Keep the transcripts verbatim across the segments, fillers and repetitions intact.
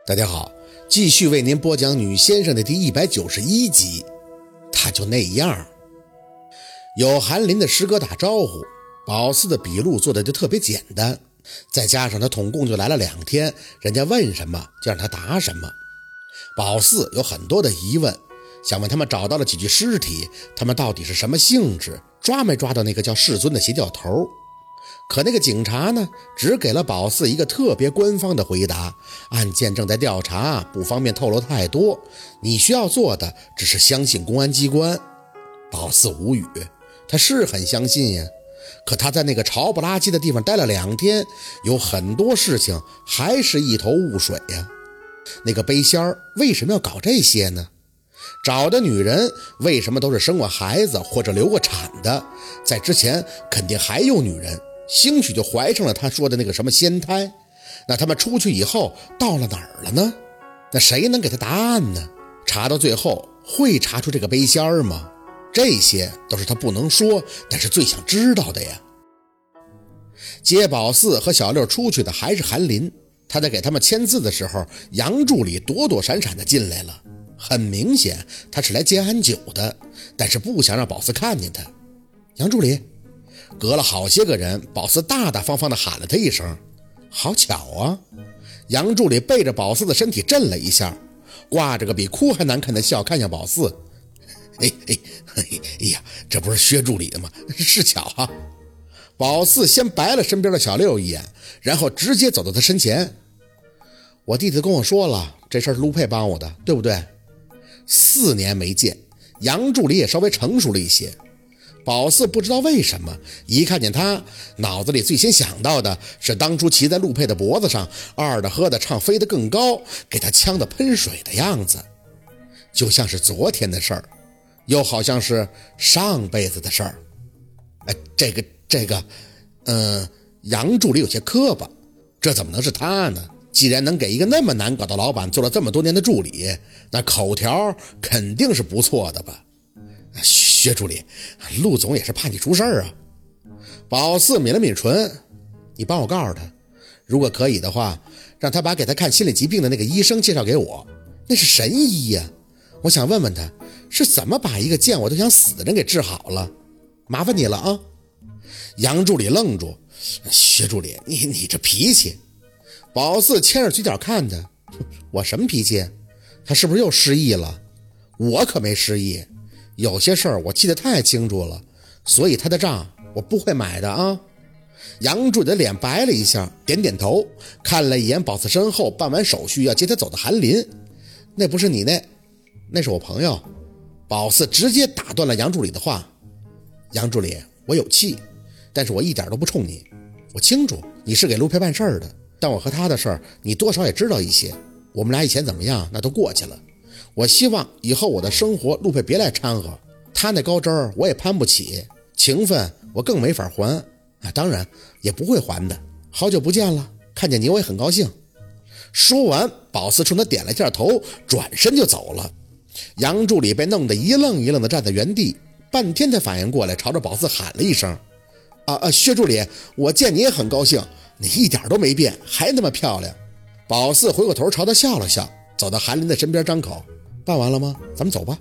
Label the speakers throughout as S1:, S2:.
S1: 大家好，继续为您播讲女先生的第一百九十一集。他就那样。有韩林的师哥打招呼，宝四的笔录做的就特别简单，再加上他统共就来了两天，人家问什么就让他答什么。宝四有很多的疑问，想问他们找到了几具尸体，他们到底是什么性质，抓没抓到那个叫世尊的邪教头。可那个警察呢，只给了宝四一个特别官方的回答，案件正在调查，不方便透露太多，你需要做的只是相信公安机关。宝四无语，他是很相信呀，可他在那个潮不拉几的地方待了两天，有很多事情还是一头雾水呀。那个背仙儿为什么要搞这些呢？找的女人为什么都是生过孩子或者流过产的？在之前肯定还有女人，兴许就怀上了他说的那个什么仙胎。那他们出去以后到了哪儿了呢？那谁能给他答案呢？查到最后会查出这个背仙儿吗？这些都是他不能说，但是最想知道的呀。接宝四和小六出去的还是韩林，他在给他们签字的时候，杨助理躲躲闪闪的进来了。很明显他是来接安九的，但是不想让宝四看见他。杨助理。隔了好些个人，宝四大大方方地喊了他一声。好巧啊！杨助理背着宝四的身体震了一下，挂着个比哭还难看的笑看向宝四。哎哎哎哎呀，这不是薛助理吗？是巧啊！宝四先白了身边的小六一眼，然后直接走到他身前。我弟弟跟我说了，这事儿是陆佩帮我的，对不对？四年没见，杨助理也稍微成熟了一些。宝四不知道为什么，一看见他，脑子里最先想到的是当初骑在陆佩的脖子上，二的喝的唱飞得更高，给他呛得喷水的样子，就像是昨天的事儿，又好像是上辈子的事儿。哎，这个这个，嗯、呃，杨助理有些磕巴，这怎么能是他呢？既然能给一个那么难搞的老板做了这么多年的助理，那口条肯定是不错的吧？薛助理，陆总也是怕你出事儿啊。宝四抿了抿唇，你帮我告诉他，如果可以的话，让他把给他看心理疾病的那个医生介绍给我，那是神医呀、啊！我想问问他是怎么把一个见我都想死的人给治好了。麻烦你了啊！杨助理愣住，薛助理，你你这脾气。宝四牵着嘴角看他，我什么脾气？他是不是又失忆了？我可没失忆。有些事儿我记得太清楚了，所以他的账我不会买的啊。杨助理的脸白了一下，点点头，看了一眼宝四身后办完手续要接他走的韩林。那不是你那那是我朋友。宝四直接打断了杨助理的话。杨助理，我有气，但是我一点都不冲你。我清楚你是给陆佩办事儿的，但我和他的事儿你多少也知道一些，我们俩以前怎么样那都过去了。我希望以后我的生活陆佩别来掺和，他那高枝我也攀不起，情分我更没法还啊，当然也不会还的。好久不见了，看见你我也很高兴。说完，宝四冲他点了一下头，转身就走了。杨助理被弄得一愣一愣的站在原地，半天才反应过来，朝着宝四喊了一声：啊啊，薛助理，我见你也很高兴，你一点都没变，还那么漂亮。宝四回过头朝他笑了笑，走到韩林的身边，张口：办完了吗？咱们走吧。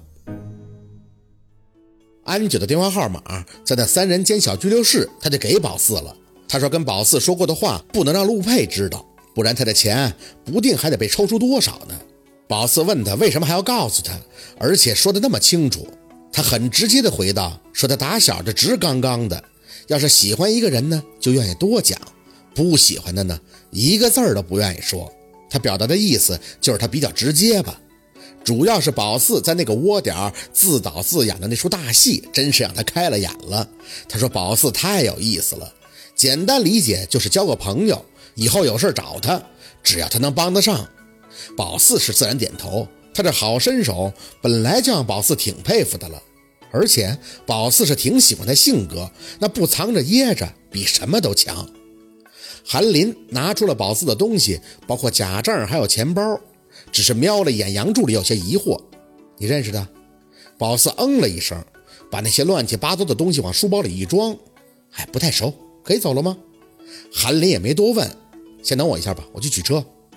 S1: 安九的电话号码在那三人间小拘留室，他就给宝四了。他说跟宝四说过的话不能让陆佩知道，不然他的钱不定还得被抽出多少呢。宝四问他为什么还要告诉他，而且说的那么清楚。他很直接的回道，说他打小就直刚刚的，要是喜欢一个人呢，就愿意多讲，不喜欢的呢，一个字儿都不愿意说。他表达的意思就是他比较直接吧。主要是宝四在那个窝点自导自演的那出大戏，真是让他开了眼了。他说宝四太有意思了，简单理解就是交个朋友，以后有事找他，只要他能帮得上。宝四是自然点头，他这好身手本来就让宝四挺佩服的了，而且宝四是挺喜欢他性格，那不藏着掖着比什么都强。韩林拿出了宝四的东西，包括假证还有钱包，只是瞄了一眼杨助理，有些疑惑。你认识的？宝四嗯了一声，把那些乱七八糟的东西往书包里一装。哎，不太熟，可以走了吗？韩林也没多问，先等我一下吧，我去取车。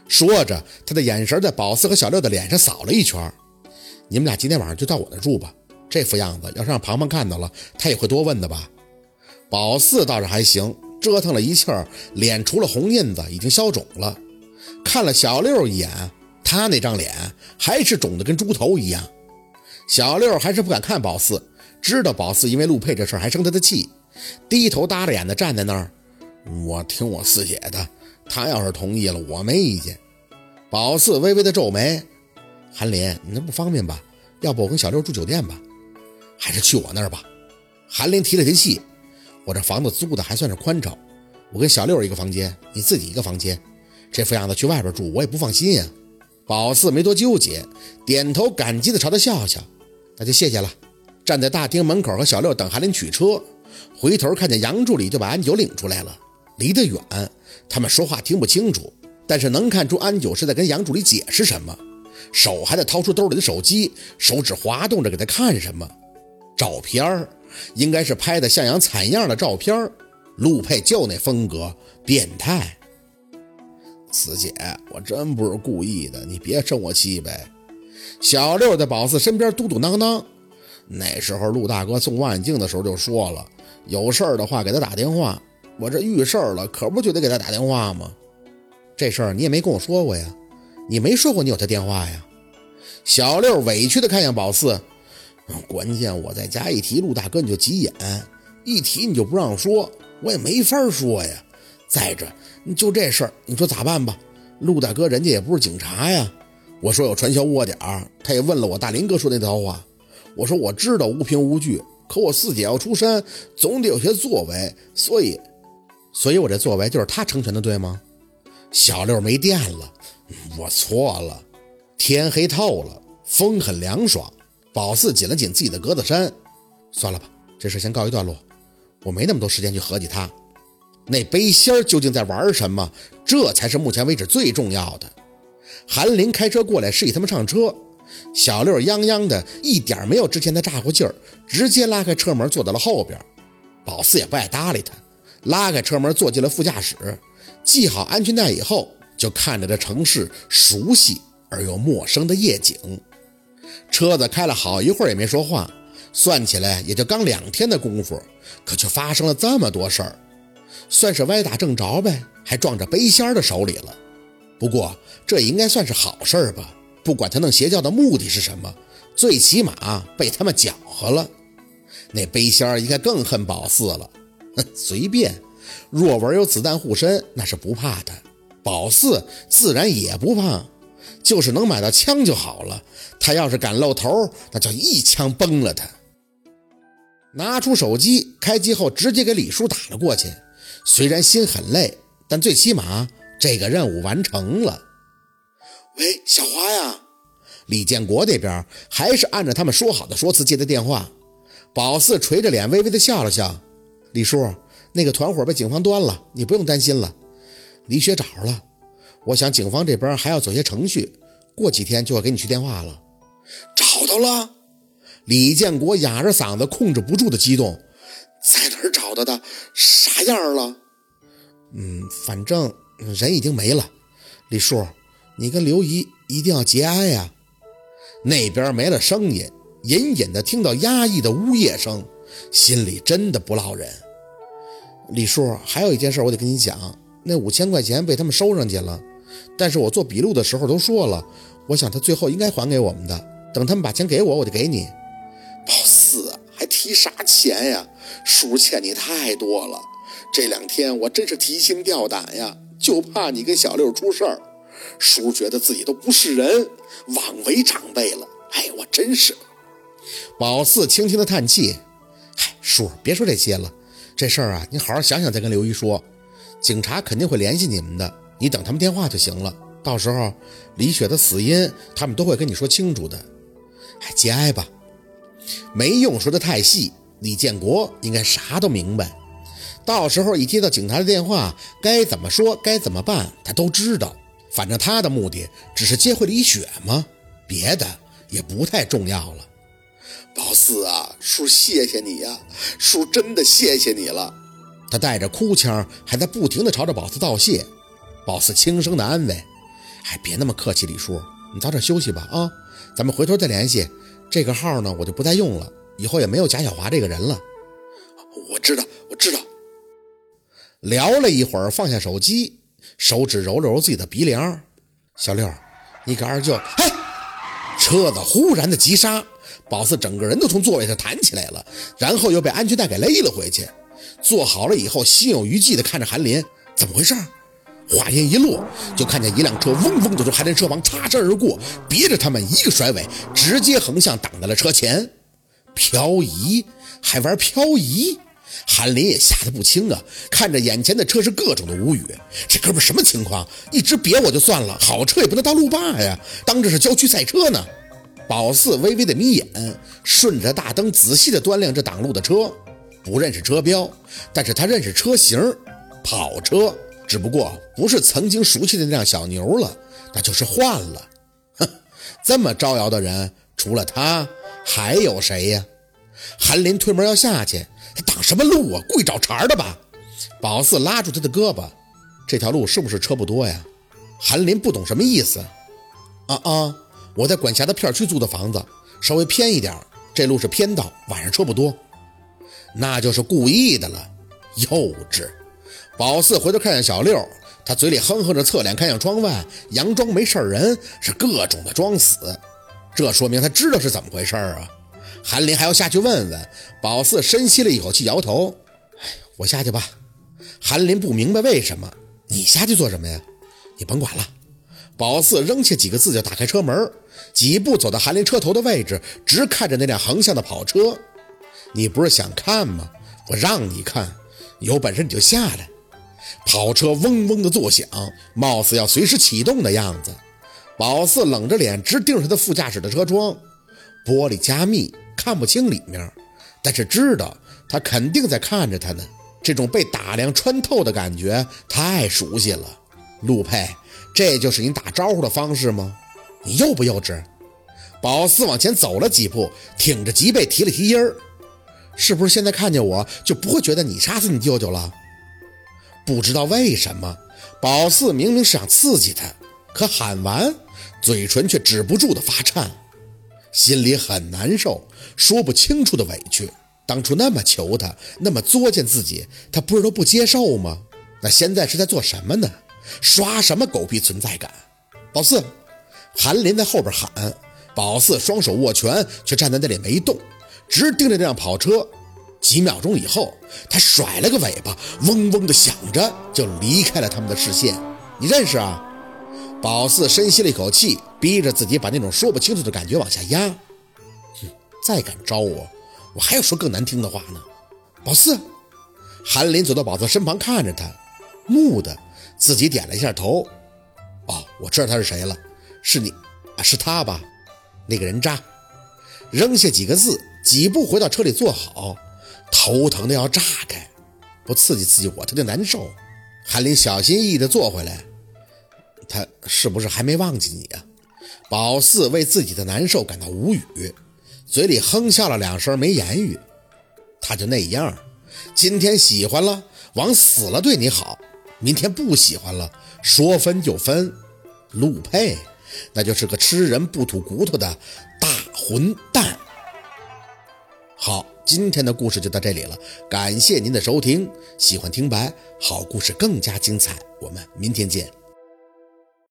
S1: 说着，他的眼神在宝四和小六的脸上扫了一圈。你们俩今天晚上就到我那住吧，这副样子要是让庞庞看到了，他也会多问的吧。宝四倒是还行，折腾了一气儿，脸除了红印子已经消肿了。看了小六一眼，他那张脸还是肿得跟猪头一样。小六还是不敢看宝四，知道宝四因为陆佩这事还生他的气，低头耷拉眼的站在那儿。我听我四姐的，她要是同意了，我没意见。宝四微微的皱眉，韩林，你那不方便吧？要不我跟小六住酒店吧？还是去我那儿吧？韩林提了提气，我这房子租的还算是宽敞，我跟小六一个房间，你自己一个房间，这副样子去外边住我也不放心呀、啊。宝四没多纠结，点头感激的朝他笑笑，那就谢谢了。站在大厅门口和小六等韩林取车，回头看见杨助理就把安九领出来了。离得远，他们说话听不清楚，但是能看出安九是在跟杨助理解释什么，手还在掏出兜里的手机，手指滑动着给他看什么。照片应该是拍的像样惨样的照片，陆佩就那风格，变态。四姐，我真不是故意的，你别生我气呗。小六在宝四身边嘟嘟囔囔，那时候陆大哥送望远镜的时候就说了，有事儿的话给他打电话，我这遇事儿了可不就得给他打电话吗？这事儿你也没跟我说过呀，你没说过你有他电话呀。小六委屈的看向宝四，关键我在家一提陆大哥你就急眼，一提你就不让说，我也没法说呀。再者就这事儿你说咋办吧？陆大哥人家也不是警察呀。我说有传销窝点儿，他也问了我大林哥说那套话，我说我知道无凭无据，可我四姐要出山总得有些作为，所以所以我这作为就是他成全的对吗？小六没电了，我错了。天黑透了，风很凉爽，宝四紧了紧自己的格子衫，算了吧，这事先告一段落，我没那么多时间去合计他。那背心究竟在玩什么，这才是目前为止最重要的。韩林开车过来示意他们上车，小六泱泱的一点没有之前的咋呼劲儿，直接拉开车门坐到了后边。宝四也不爱搭理他，拉开车门坐进了副驾驶，系好安全带以后，就看着这城市熟悉而又陌生的夜景。车子开了好一会儿也没说话，算起来也就刚两天的功夫，可却发生了这么多事儿，算是歪打正着呗，还撞着背仙的手里了。不过这应该算是好事儿吧，不管他弄邪教的目的是什么，最起码被他们搅和了。那背仙应该更恨宝四了，哼，随便，若文有子弹护身那是不怕的，宝四自然也不怕，就是能买到枪就好了，他要是敢露头，那就一枪崩了他。拿出手机，开机后直接给李叔打了过去，虽然心很累，但最起码这个任务完成了。喂，小华呀。李建国这边还是按照他们说好的说辞接的电话。宝四垂着脸微微的笑了笑，李叔，那个团伙被警方端了，你不用担心了。李雪找着了，我想警方这边还要走些程序，过几天就要给你去电话了。找到了？李建国哑着嗓子控制不住的激动，在哪儿找到的？啥样了？嗯，反正人已经没了。李叔，你跟刘姨一定要节哀呀。那边没了声音，隐隐的听到压抑的呜咽声，心里真的不落忍。李叔，还有一件事我得跟你讲，那五千块钱被他们收上去了，但是我做笔录的时候都说了，我想他最后应该还给我们的，等他们把钱给我，我就给你。宝四，还提啥钱呀？叔欠你太多了，这两天我真是提心吊胆呀，就怕你跟小六出事儿。叔觉得自己都不是人，枉为长辈了，哎，我真是。宝四轻轻的叹气，嗨，叔别说这些了，这事儿啊你好好想想再跟刘姨说，警察肯定会联系你们的，你等他们电话就行了，到时候李雪的死因他们都会跟你说清楚的。哎，节哀吧。没用说的太细，李建国应该啥都明白，到时候一接到警察的电话，该怎么说该怎么办他都知道，反正他的目的只是接回李雪嘛，别的也不太重要了。宝四啊，叔谢谢你呀，叔真的谢谢你了。他带着哭腔还在不停地朝着宝四道谢。宝四轻声的安慰， 哎，别那么客气，李叔，你早点休息吧啊，咱们回头再联系。这个号呢，我就不再用了，以后也没有贾小华这个人了。
S2: 我知道，我知道。
S1: 聊了一会儿，放下手机，手指揉了揉自己的鼻梁。小六，你给二舅……哎，车子忽然的急刹，宝四整个人都从座位上弹起来了，然后又被安全带给勒了回去。坐好了以后，心有余悸的看着韩林，怎么回事？话音一落，就看见一辆车嗡嗡的从韩林车旁擦身而过，别着他们一个甩尾，直接横向挡在了车前。漂移，还玩漂移？韩林也吓得不轻啊，看着眼前的车是各种的无语。这哥们什么情况？一直别我就算了，好车也不能当路霸呀，当这是郊区赛车呢。宝四微微的眯眼，顺着大灯仔细的端量着挡路的车，不认识车标，但是他认识车型，跑车，只不过不是曾经熟悉的那辆小牛了，那就是换了。哼，这么招摇的人，除了他还有谁呀？韩林推门要下去，他挡什么路啊？故意找茬的吧？宝四拉住他的胳膊，这条路是不是车不多呀？韩林不懂什么意思。啊啊，我在管辖的片区租的房子，稍微偏一点，这路是偏道，晚上车不多。那就是故意的了，幼稚。宝四回头看向小六，他嘴里哼哼着，侧脸看向窗外，佯装没事人，是各种的装死。这说明他知道是怎么回事啊。韩林还要下去问问，宝四深吸了一口气，摇头，我下去吧。韩林不明白为什么，你下去做什么呀？你甭管了。宝四扔下几个字就打开车门，几步走到韩林车头的位置，直看着那辆横向的跑车。你不是想看吗？我让你看，有本事你就下来。跑车嗡嗡的作响，貌似要随时启动的样子。宝四冷着脸直盯着他的副驾驶的车窗，玻璃加密，看不清里面，但是知道他肯定在看着他呢。这种被打量穿透的感觉太熟悉了。陆佩，这就是你打招呼的方式吗？你幼不幼稚？宝四往前走了几步，挺着脊背提了提音儿，是不是现在看见我就不会觉得你杀死你舅舅了？不知道为什么，宝四明明是想刺激他，可喊完嘴唇却止不住的发颤，心里很难受，说不清楚的委屈。当初那么求他，那么作践自己，他不是都不接受吗？那现在是在做什么呢？刷什么狗屁存在感？宝四，韩林在后边喊，宝四双手握拳，却站在那里没动，直盯着那辆跑车。几秒钟以后，他甩了个尾巴，嗡嗡的响着就离开了他们的视线。你认识啊？宝四深吸了一口气，逼着自己把那种说不清楚的感觉往下压。哼，再敢招我，我还要说更难听的话呢。宝四，韩林走到宝四身旁看着他，木的自己点了一下头。哦，我知道他是谁了，是你啊，是他吧？那个人渣。扔下几个字，几步回到车里坐好，头疼的要炸开，不刺激刺激我他就难受。韩林小心翼翼地坐回来，他是不是还没忘记你啊？宝四为自己的难受感到无语，嘴里哼笑了两声没言语。他就那样，今天喜欢了往死了对你好，明天不喜欢了说分就分。陆佩那就是个吃人不吐骨头的大混蛋。好，今天的故事就到这里了，感谢您的收听。喜欢听白，好故事更加精彩，我们明天见。